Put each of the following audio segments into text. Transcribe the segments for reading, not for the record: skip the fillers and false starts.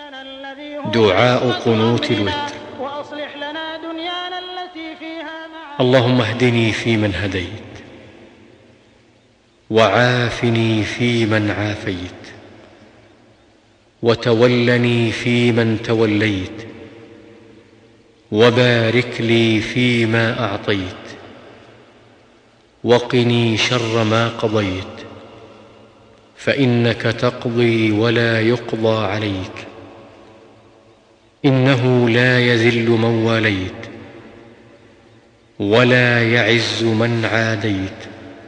دعاء قنوت الوتر. اللهم اهدني فيمن هديت، وعافني فيمن عافيت، وتولني فيمن توليت، وبارك لي فيما أعطيت، وقني شر ما قضيت، فإنك تقضي ولا يقضى عليك، إنه لا يذل من واليت ولا يعز من عاديت،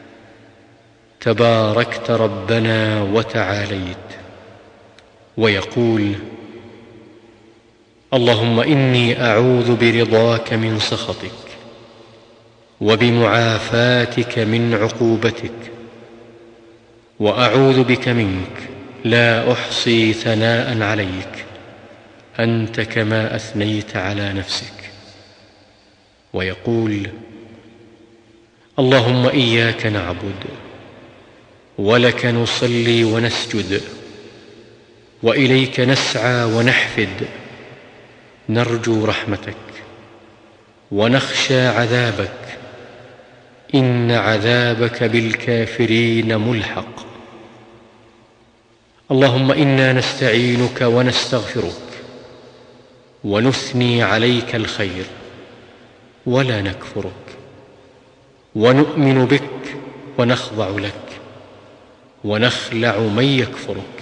تباركت ربنا وتعاليت. ويقول: اللهم إني أعوذ برضاك من سخطك، وبمعافاتك من عقوبتك، وأعوذ بك منك، لا أحصي ثناء عليك، أنت كما أثنيت على نفسك. ويقول: اللهم إياك نعبد، ولك نصلي ونسجد، وإليك نسعى ونحفد، نرجو رحمتك ونخشى عذابك، إن عذابك بالكافرين ملحق. اللهم إنا نستعينك ونستغفرك، ونثني عليك الخير ولا نكفرك، ونؤمن بك ونخضع لك، ونخلع من يكفرك.